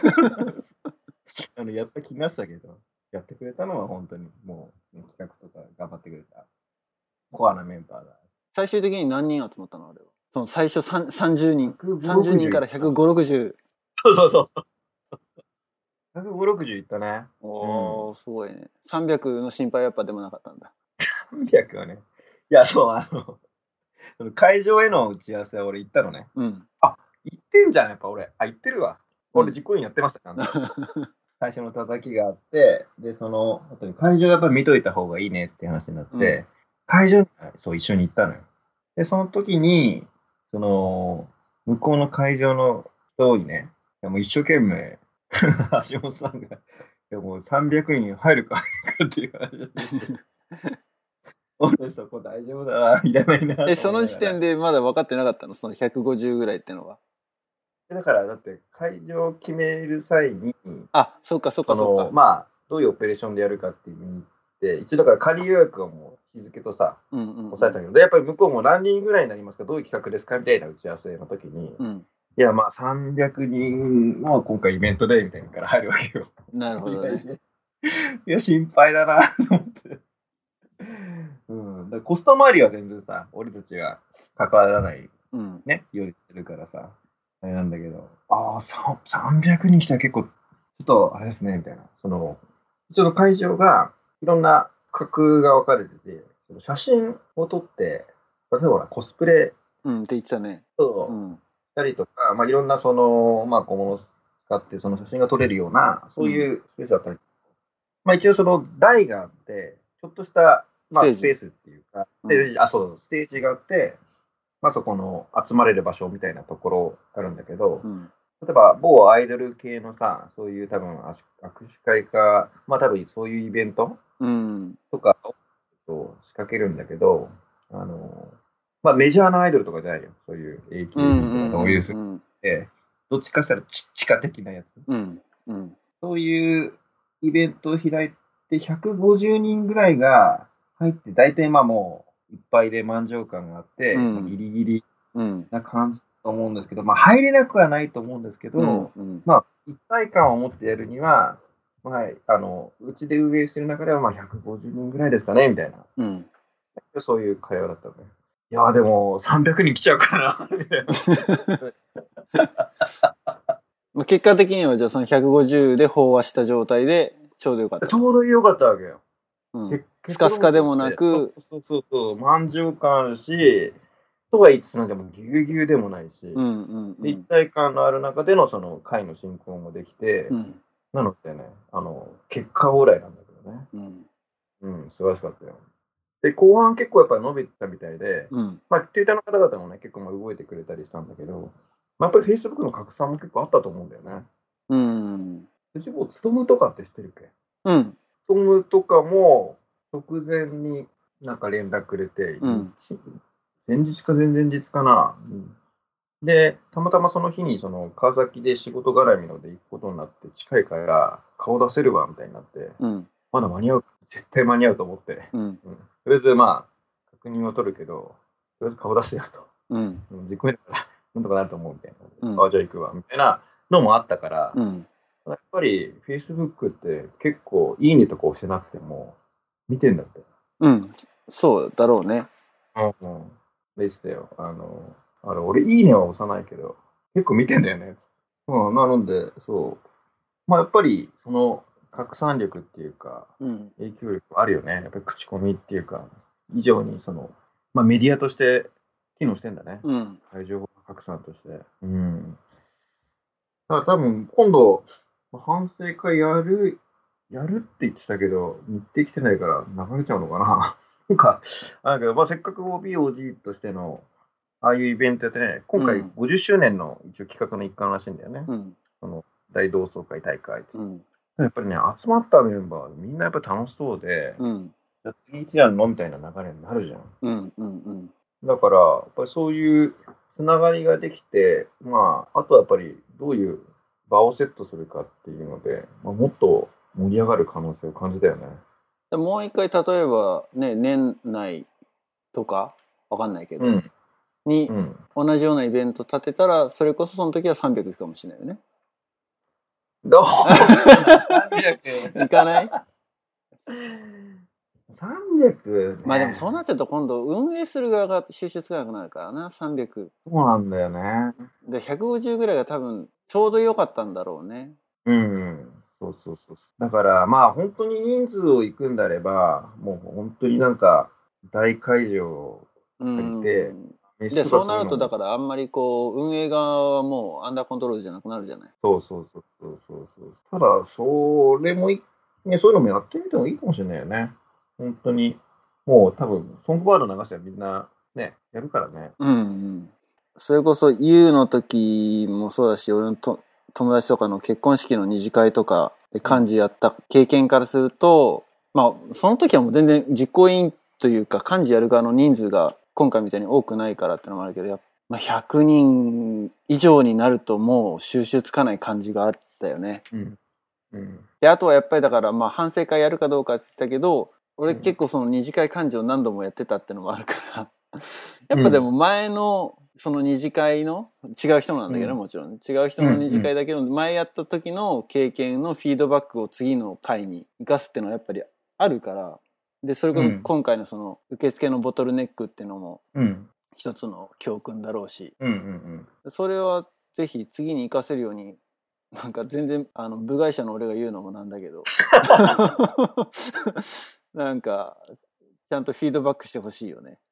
やった気になってたけど、やってくれたのは本当にもう企画とか頑張ってくれたコアなメンバーだ。 最終的に何人集まったのあれは。その最初30人。 150 30人から150、60。 そうそうそう。150、60いったね。 おー、すごいね。300の心配はやっぱでもなかったんだ。 300はね。いや、そう、その会場への打ち合わせは俺行ったのね。 うん。 あ、行ってんじゃん、やっぱ俺。あ、行ってるわ。 うん俺実行委員やってました、ちゃんと。最初の叩きがあって、で、その後に会場やっぱり見といた方がいいねっていう話になって、 うん会場にそう一緒に行ったのよ。で、その時に、その、向こうの会場の人にね、いやもう一生懸命、橋本さんが、いやもう300人入るか入るかっていう話をしてて、俺そこ大丈夫だな、いらないなと思いながら。 その時点でまだ分かってなかったのその150ぐらいってのは。 だから、だって会場を決める際に、 あ、そっかそっかそっか。 まあ、どういうオペレーションでやるかっていう意味で、一応だから仮予約はもう日付とさ、 うんうんうん、 押さえたけど、でやっぱり向こうも何人ぐらいになりますか、どういう企画ですかみたいな打ち合わせの時に、 うん、 いや、まあ300人の今回イベントでみたいなのから入るわけよ。 なるほどね。 いや、心配だなと思って。うん、だからコスト周りは全然さ、俺たちが関わらないね、ようにするからさ、あれなんだけど、300人来たら結構、ちょっとあれですね、みたいな。一応会場がいろんな区画が分かれてて、写真を撮って、例えばほらコスプレって言ってたね。 したりとか、まあ、いろんな小物を使ってその写真が撮れるような、そういうスペースだったり、まあ一応その台があって、ちょっとした、まあ、スペースっていうか、ステージがあって、まあそこの集まれる場所みたいなところがあるんだけど、例えば某アイドル系のさ、そういう多分握手会か、まあ多分そういうイベントとかを仕掛けるんだけど、まあメジャーなアイドルとかじゃないよ。そういう AKB とかどういうどっちかしたら地下的なやつ。そういうイベントを開いて150人ぐらいが入って、大体まあもういっぱいで満場感があって、まあ、ギリギリな感じだと思うんですけど、まあ入れなくはないと思うんですけど、まあ一体感を持ってやるには、はい、うちで運営してる中ではまあ150人ぐらいですかね、みたいな。そういう会話だったのね。いやでも300人来ちゃうからな、みたいな。結果的にはじゃあその150で飽和した状態でちょうどよかった。 ちょうどよかったわけよ。 スカスカでもなく、 満場感あるし、とは言ってなんかもうぎゅうぎゅうでもないし、一体感のある中でのその会の進行もできて、なのでね、結果オーライなんだけどね。素晴らしかったよ。で、後半結構やっぱり伸びたみたいで、まあ、Twitter の方々もね、結構動いてくれたりしたんだけど、まあ、やっぱり Facebook の拡散も結構あったと思うんだよね。うちも、つとむとかって知ってるっけ？つとむとかも、直前になんか連絡くれて、前日か前々日かな。で、たまたまその日に川崎で仕事絡みので行くことになって、近いから顔出せるわみたいになって、まだ間に合う、絶対間に合うと思って、とりあえずまあ、確認を取るけど、とりあえず顔出してよと。実行だからなんとかなると思うみたいな。じゃあ行くわみたいなのもあったから、やっぱり Facebook って結構いいねとか押してなくても見てんだって。 そうだろうね。 でしたよ。俺いいねは押さないけど、結構見てんだよね。なので、そう。まあやっぱりその拡散力っていうか、影響力あるよね。やっぱり口コミっていうか、以上にまあメディアとして機能してんだね。情報拡散として。だから多分今度、反省会やるって言ってたけど、日程来てないから流れちゃうのかな。なんか、まあせっかく OB、OG としての、ああいうイベントでね、今回50周年の一応企画の一環らしいんだよね。大同窓会大会。やっぱりね、集まったメンバー、みんなやっぱり楽しそうで、じゃあ次いつやるのみたいな流れになるじゃん。だから、やっぱりそういうつながりができて、まあ、あとはやっぱりどういう場をセットするかっていうので、まあ、もっと盛り上がる可能性を感じたよね。 もう一回、例えばね、年内とか、わかんないけど、 にうん。 同じようなイベント立てたら、それこそその時は300行くかもしれないよね。 どう ?300。 行かない 300ね。 まあでもそうなっちゃうと今度運営する側が収集つかなくなるからな、300。 そうなんだよね。 で、150ぐらいが多分ちょうど良かったんだろうね。 うん。そうそうそう。だからまあ本当に人数を行くんであれば、もう本当になんか大会場をう借りて、 ん。 飯で、そうなるとかそういうのも、 とだからあんまりこう、運営側はもうアンダーコントロールじゃなくなるじゃない。 そうそうそうそうそうそう。ただ、それもね、そういうのもやってみてもいいかもしれないよね。本当に。もう多分、ソングバード流したらみんなね、やるからね。 うんうん。それこそ U の時もそうだし、俺の友達とかの結婚式の二次会とかで幹事やった経験からすると、まあその時はもう全然実行委員というか幹事やる側の人数が今回みたいに多くないからってのもあるけど、まあ、100人以上になるともう収集つかない感じがあったよね。 うん。うん。 で、あとはやっぱりだからまあ反省会やるかどうかって言ったけど、俺結構その二次会幹事を何度もやってたってのもあるからやっぱでも前のその二次会の違う人なんだけど、もちろん違う人の二次会だけど、前やった時の経験のフィードバックを次の会に生かすっていうのはやっぱりあるから、でそれこそ今回のその受付のボトルネックっていうのも一つの教訓だろうし、それはぜひ次に生かせるように、なんか全然部外者の俺が言うのもなんだけどなんかちゃんとフィードバックしてほしいよね。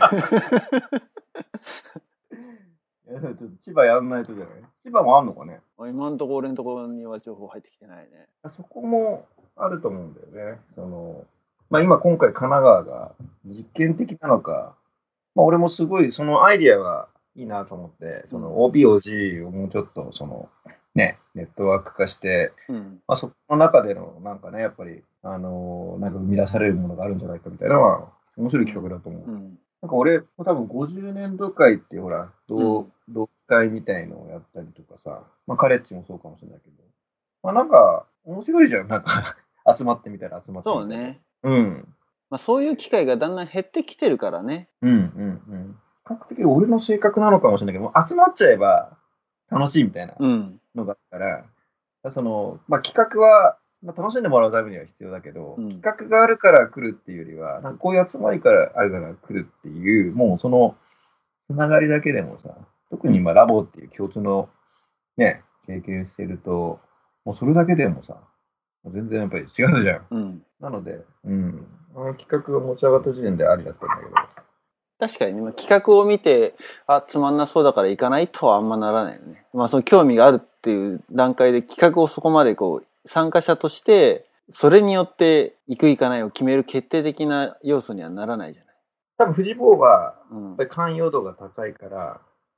ちょっと千葉やんないとじゃない。千葉もあんのかね。 今のところ俺のところには情報入ってきてないね。 そこもあると思うんだよね。まあ今回神奈川が実験的なのか、まあ俺もすごいそのアイディアはいいなと思って、その OBOG をもうちょっとネットワーク化して、まあそこの中でのなんかね、やっぱり、なんか生み出されるものがあるんじゃないかみたいなのは面白い企画だと思う。なんか俺、多分50年度会ってほら、同会みたいのをやったりとかさ、まあカレッジもそうかもしれないけど、まあなんか面白いじゃん、なんか集まってみたら集まってみたら。 そうね。 うん。 まあそういう機会がだんだん減ってきてるからね。 比較的俺の性格なのかもしれないけど、集まっちゃえば楽しいみたいなのがあったら、まあ企画は、楽しんでもらうためには必要だけど、企画があるから来るっていうよりは、なんかこういう集まりからあるから来るっていう、もうそのつながりだけでもさ、特にラボっていう共通のね、経験してると、もうそれだけでもさ、全然やっぱり違うじゃん。なので、企画が持ち上がった時点でありだったんだけど。 確かにね、企画を見て、つまんなそうだから行かないとはあんまならないよね。まあその興味があるっていう段階で企画をそこまでこう、参加者として、それによって行く行かないを決める決定的な要素にはならないじゃない。 多分、藤坊は、やっぱり寛容度が高いから、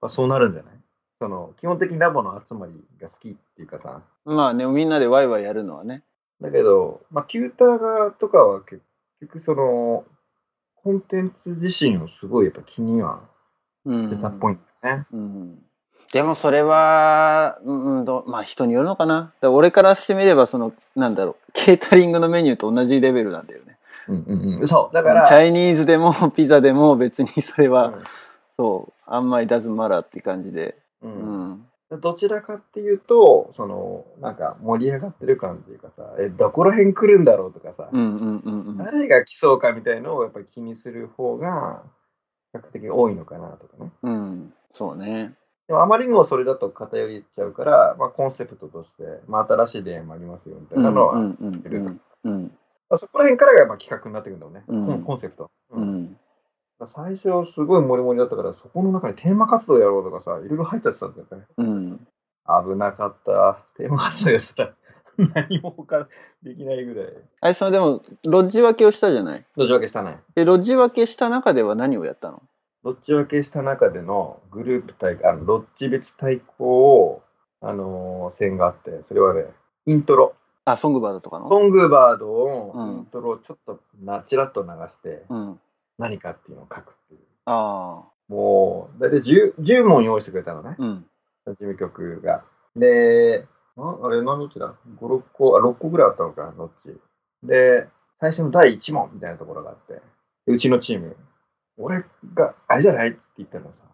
そうなるんじゃない？基本的にラボの集まりが好きっていうかさ。 まあね、みんなでワイワイやるのはね。 だけど、キューター側とかは結局コンテンツ自身をすごいやっぱ気にはしてたっぽいんだよね。 でもそれは、まあ人によるのかな。俺からしてみれば、なんだろう、ケータリングのメニューと同じレベルなんだよね。 そう。だから。 チャイニーズでもピザでも別にそれは、そう、あんまりダズマラって感じで。 どちらかっていうと、なんか盛り上がってる感っていうかさ、どこら辺来るんだろうとかさ、誰が来そうかみたいのをやっぱり気にする方が、比較的多いのかなとかね。 そうね。 でもあまりにもそれだと偏りちゃうから、コンセプトとして、新しい出会いもありますよみたいなのは、そこら辺からが企画になってくるんだろうね、コンセプト。最初すごいモリモリだったから、そこの中にテーマ活動やろうとかさ、いろいろ入っちゃってたんだよね。危なかった。テーマ活動やったら何も他できないぐらい。 でも、ロッジ分けをしたじゃない？ ロッジ分けしたね。 ロッジ分けした中では何をやったの？ ロッジ分けした中でのグループ対抗、ロッジ別対抗を、線があって、それはね、イントロ。 ソングバードとかの？ ソングバードをイントロをちょっとチラッと流して、何かっていうのを書くっていう。もう、だいたい10問用意してくれたのね。事務局が。で、あれ何日だ ?5、6個、6個ぐらいあったのか、ロッチ。で、最初の第1問みたいなところがあって、うちのチーム、俺が、あれじゃないって言ったのさ、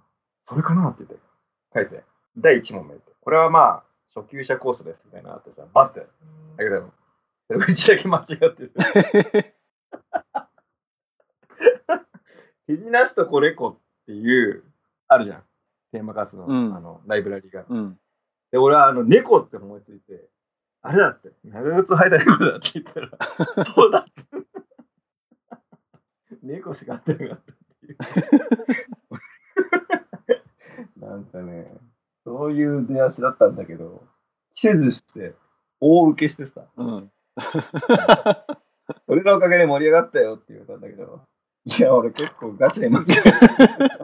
それかなって言って書いて、第1問目って、これはまあ、初級者コースですみたいなってさ、バッて、だけど、うちだけ間違ってて、手品師と子猫っていう、あるじゃん。テーマカスの、ライブラリが。で、俺は猫って思いついて、あれだって、長靴履いた猫だって言ったら、そうだって。猫しか合ってなかったっていう。なんかね、そういう出足だったんだけど、着せずして大受けしてさ、俺のおかげで盛り上がったよって言われたんだけど、いや、俺結構ガチで間違えた。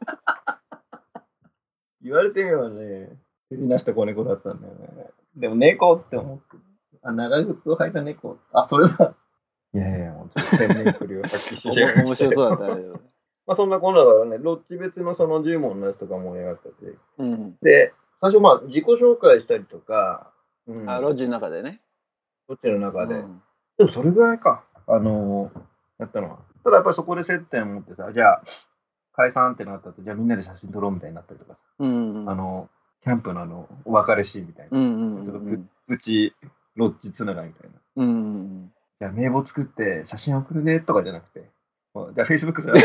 言われてみればね、手品した子猫だったんだよね。でも猫って思って、長靴を履いた猫。それだ。いやいや、もうちょっと天然っぷりを発揮してしまいました。 面白そうだったね。 まあそんなこんなだからね、ロッチ別のその10問のやつとか盛り上がったし。で、最初まあ自己紹介したりとか。 ロッジの中でね。 ロッチの中で。でもそれぐらいか。やったのは。ただやっぱりそこで接点を持ってさ、じゃあ、解散ってなったと、じゃあみんなで写真撮ろうみたいになったりとかさ。キャンプのお別れシーンみたいな。ちょっとプチロッチつながりみたいな。じゃあ名簿作って写真送るねとかじゃなくて、じゃあ Facebook さ、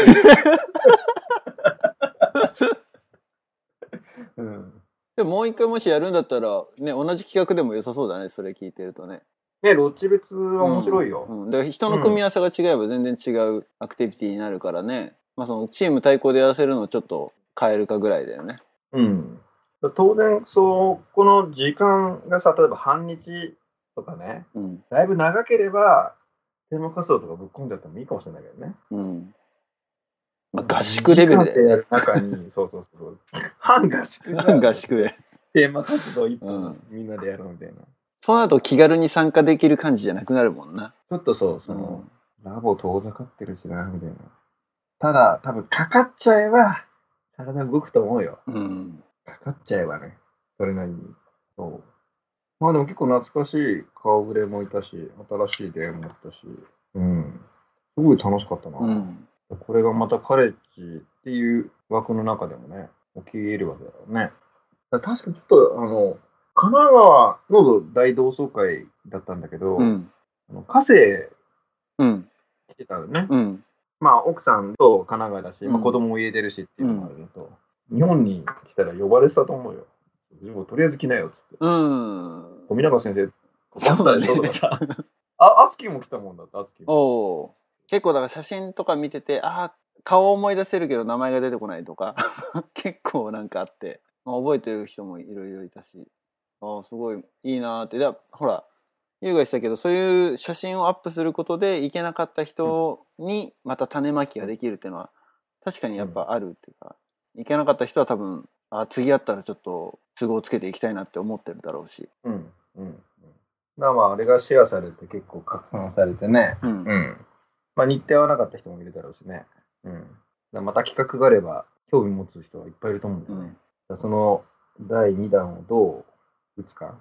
でももう一回もしやるんだったら、ね、同じ企画でも良さそうだね、それ聞いてるとね。 ね、ロッチ別は面白いよ。 だから人の組み合わせが違えば全然違うアクティビティになるからね。まあそのチーム対抗でやらせるのをちょっと変えるかぐらいだよね。 当然、この時間がさ、例えば半日とかね、だいぶ長ければ、テーマ活動とかぶっ込んじゃってもいいかもしれないけどね。 まあ、合宿レベルで、ね。 中に、そう。半合宿で。 テーマ活動1本みんなでやるみたいな。 そうなると気軽に参加できる感じじゃなくなるもんな。 ちょっとラボ遠ざかってるしな、みたいな。ただ、多分かかっちゃえば、体動くと思うよ。かかっちゃえばね、それなりに。まあでも結構懐かしい顔ぶれもいたし、新しい出会いもあったし、すごい楽しかったな。これがまたカレッジっていう枠の中でもね、起き得るわけだよね。確かにちょっと、神奈川の大同窓会だったんだけど、火星来てたのね。まあ奥さんと神奈川だし、まあ、子供も入れてるしっていうのもあるのと、日本に来たら呼ばれてたと思うよ。とりあえず来なよっつって。富永先生、バスタでしょとかさ。あつきも来たもんだって、あつきも。 結構だから写真とか見てて、顔思い出せるけど名前が出てこないとか、結構なんかあって、覚えてる人もいろいろいたし、すごいいいなーって。ほら、優が言ってたけど、そういう写真をアップすることで行けなかった人にまた種まきができるっていうのは、確かにやっぱあるっていうか、行けなかった人は多分、次やったらちょっと都合つけていきたいなって思ってるだろうし。 まああれがシェアされて結構拡散されてね。まあ日程はなかった人もいるだろうしね。また企画があれば興味持つ人はいっぱいいると思うんだよね。その第2弾をどう打つか。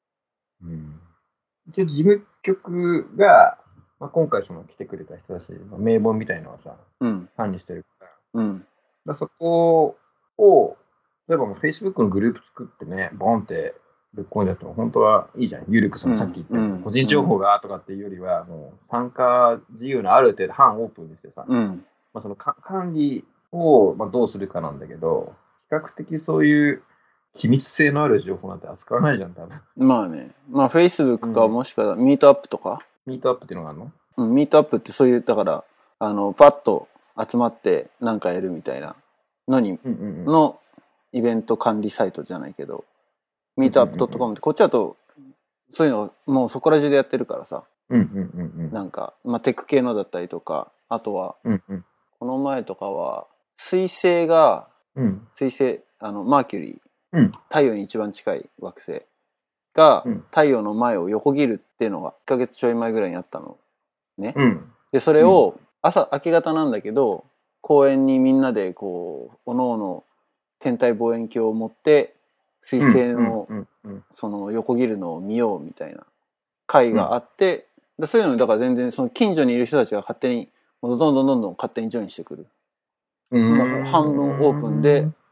一応事務局が、まあ、今回来てくれた人だし、名簿みたいのはさ、管理してるから。そこを、例えばFacebook のグループ作ってね、ボンってぶっ込んじゃっても本当はいいじゃん。ゆるくさっき言ったように、個人情報がとかっていうよりは、もう参加自由のある程度半オープンにしてさ、まあ、その管理を、まあ、どうするかなんだけど、比較的そういう機密性のある情報なんて扱わないじゃん、多分。 まあね。まあ Facebook かもしくはミートアップとか。 ミートアップっていうのがあるの？ ミートアップってそういう、だから、パッと集まって何かやるみたいなのに、のイベント管理サイトじゃないけど、ミートアップ .com ってこっちだと、そういうのもうそこら中でやってるからさ。なんか、まあテック系のだったりとか、あとは、この前とかは、水星が、水星、マーキュリー、太陽に一番近い惑星が、太陽の前を横切るっていうのが1ヶ月ちょい前ぐらいにあったのね。でそれを明け方なんだけど、公園にみんなでこうおのおの天体望遠鏡を持って水星のその横切るのを見ようみたいな会があって、そういうのだから全然その近所にいる人たちが勝手にどんどん勝手にジョインしてくる。もう半分オープンで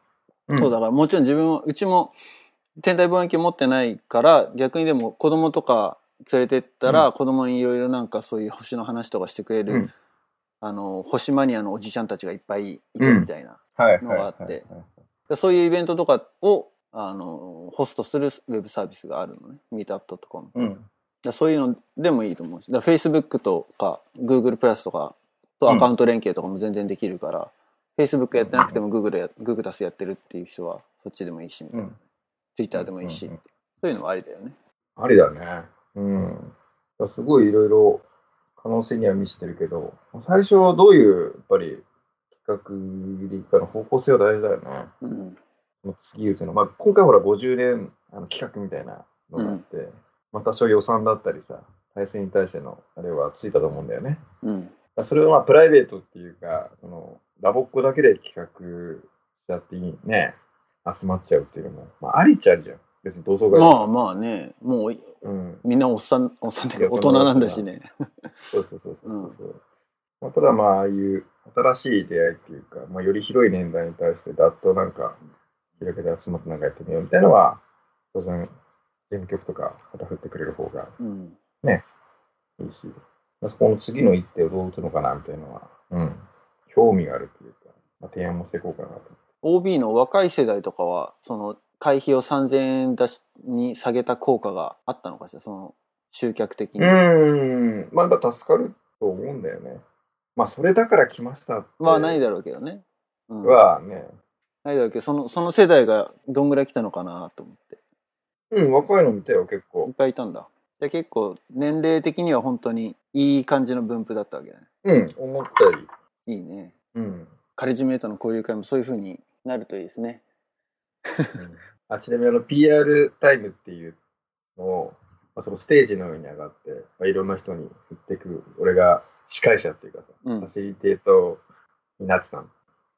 そうだからもちろんうちも天体望遠鏡持ってないから逆にでも子供とか連れてったら子供にいろいろなんかそういう星の話とかしてくれる、星マニアのおじちゃんたちがいっぱいいてみたいなのがあってそういうイベントとかをホストするウェブサービスがあるのね meetup.com、そういうのでもいいと思うしだから Facebook とか Google プラスとかとアカウント連携とかも全然できるから、Facebook やってなくても Google やってるっていう人はそっちでもいいしみたいな、Twitter でもいいし、そういうのもありだよね。ありだね。すごいいろいろ可能性には見せてるけど、最初はどういうやっぱり企画理科の方向性は大事だよね。次打つの、今回ほら50年企画みたいなのがあって、多少予算だったりさ、体制に対してのあれはついたと思うんだよね。それをプライベートっていうか、ラボっ子だけで企画しちゃっていいね、集まっちゃうっていうのも、ありっちゃありじゃん。別に同窓会まあね、もう、みんなおっさんっていうか大人なんだしね。 そう。ただああいう新しい出会いっていうか、より広い年代に対してだっとなんか開けて集まってなんかやってみようみたいなのは、当然、事務局とか旗振ってくれる方がね、いいし。そこの次の一手をどう打つのかなみたいなのは、興味があるというか、提案もしていこうかなと。 OB の若い世代とかは、その会費を3000円に下げた効果があったのかしら、その集客的に。 やっぱ助かると思うんだよね。それだから来ましたって。 ないだろうけどね。 はね。 ないだろうけど、その世代がどんぐらい来たのかなと思って。 若いの見たよ、結構。 いっぱいいたんだ。じゃあ結構年齢的には本当にいい感じの分布だったわけね。 思ったり。 いいね。カレッジメイトの交流会もそういう風になるといいですね。 ちなみにPR タイムっていうのを、そのステージの上に上がって、いろんな人に振ってくる、俺が司会者っていうかさ、ファシリテートになってたの。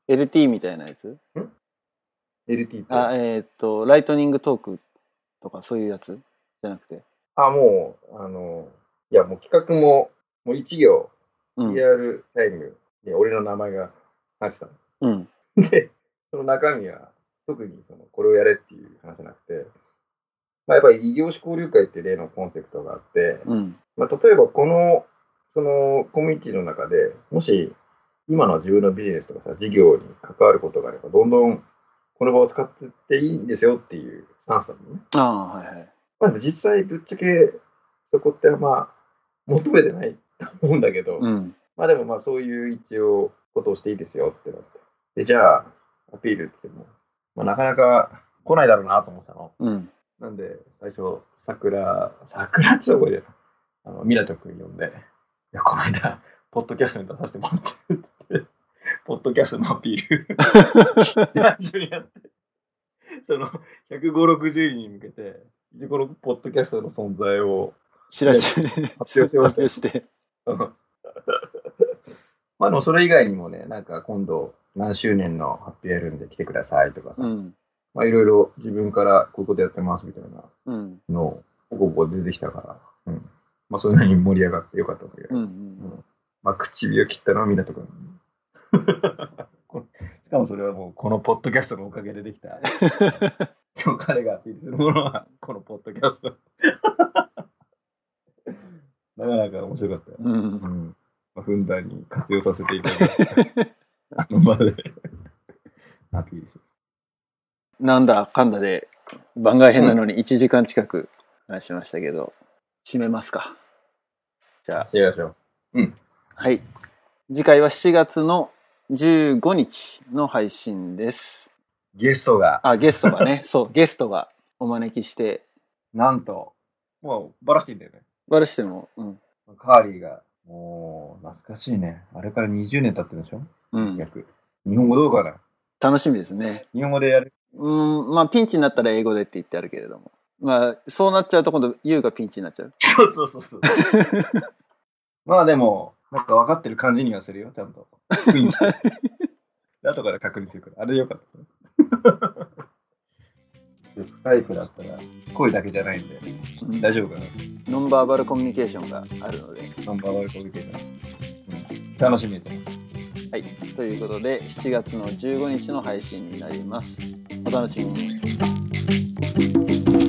LT みたいなやつ ？LT ってライトニングトークとかそういうやつじゃなくて。 もう企画も、もう一行、PR タイムに俺の名前が入ってたの。で、その中身は、特にこれをやれっていう話じゃなくて、やっぱり異業種交流会って例のコンセプトがあって、例えばそのコミュニティの中でもし今の自分のビジネスとかさ、事業に関わることがあれば、どんどんこの場を使ってっていいんですよっていうスタンスなのね。実際ぶっちゃけそこって求めてないと思うんだけど、でもそういう一応ことをしていいですよってなって。で、じゃあアピールって言っても、なかなか来ないだろうなと思ってたの。なんで、最初、桜って覚えてる。湊くん呼んで、いや、この間、ポッドキャストに出させてもらってって、ポッドキャストのアピール、一緒にやって、150、60人に向けて、このポッドキャストの存在を発表しました。 でもそれ以外にもね、なんか今度、何周年の発表やるんで来てくださいとかさ、いろいろ自分からこういうことやってますみたいなのをポコポコ出てきたから、そんなに盛り上がってよかったんだけど、唇を切ったのは湊くん。しかもそれはもうこのポッドキャストのおかげでできた。今日彼がアピールするものはこのポッドキャスト。なかなか面白かったよ。ふんだんに活用させていただきました。場でアピールする。 なんだかんだで番外編なのに1時間近く話しましたけど、締めますか。じゃあ締めましょう。 はい。次回は7月の15日の配信です。 ゲストがね。そう、ゲストがお招きして。 なんと、もうバラしていいんだよね。 バラしても、 カーリーが、もう懐かしいね。あれから20年経ってるでしょ？日本語どうかな？ 楽しみですね。 日本語でやる？ ピンチになったら英語でって言ってあるけれども。そうなっちゃうと今度、ユウがピンチになっちゃう。 そう。でも、なんか分かってる感じにはするよ、ちゃんと。雰囲気。後から確認するから。あれでよかった。スカイプだったら声だけじゃないんで、大丈夫かな。 ノンバーバルコミュニケーションがあるので。 ノンバーバルコミュニケーション。楽しみです。 はい。ということで、7月の15日の配信になります。 お楽しみに。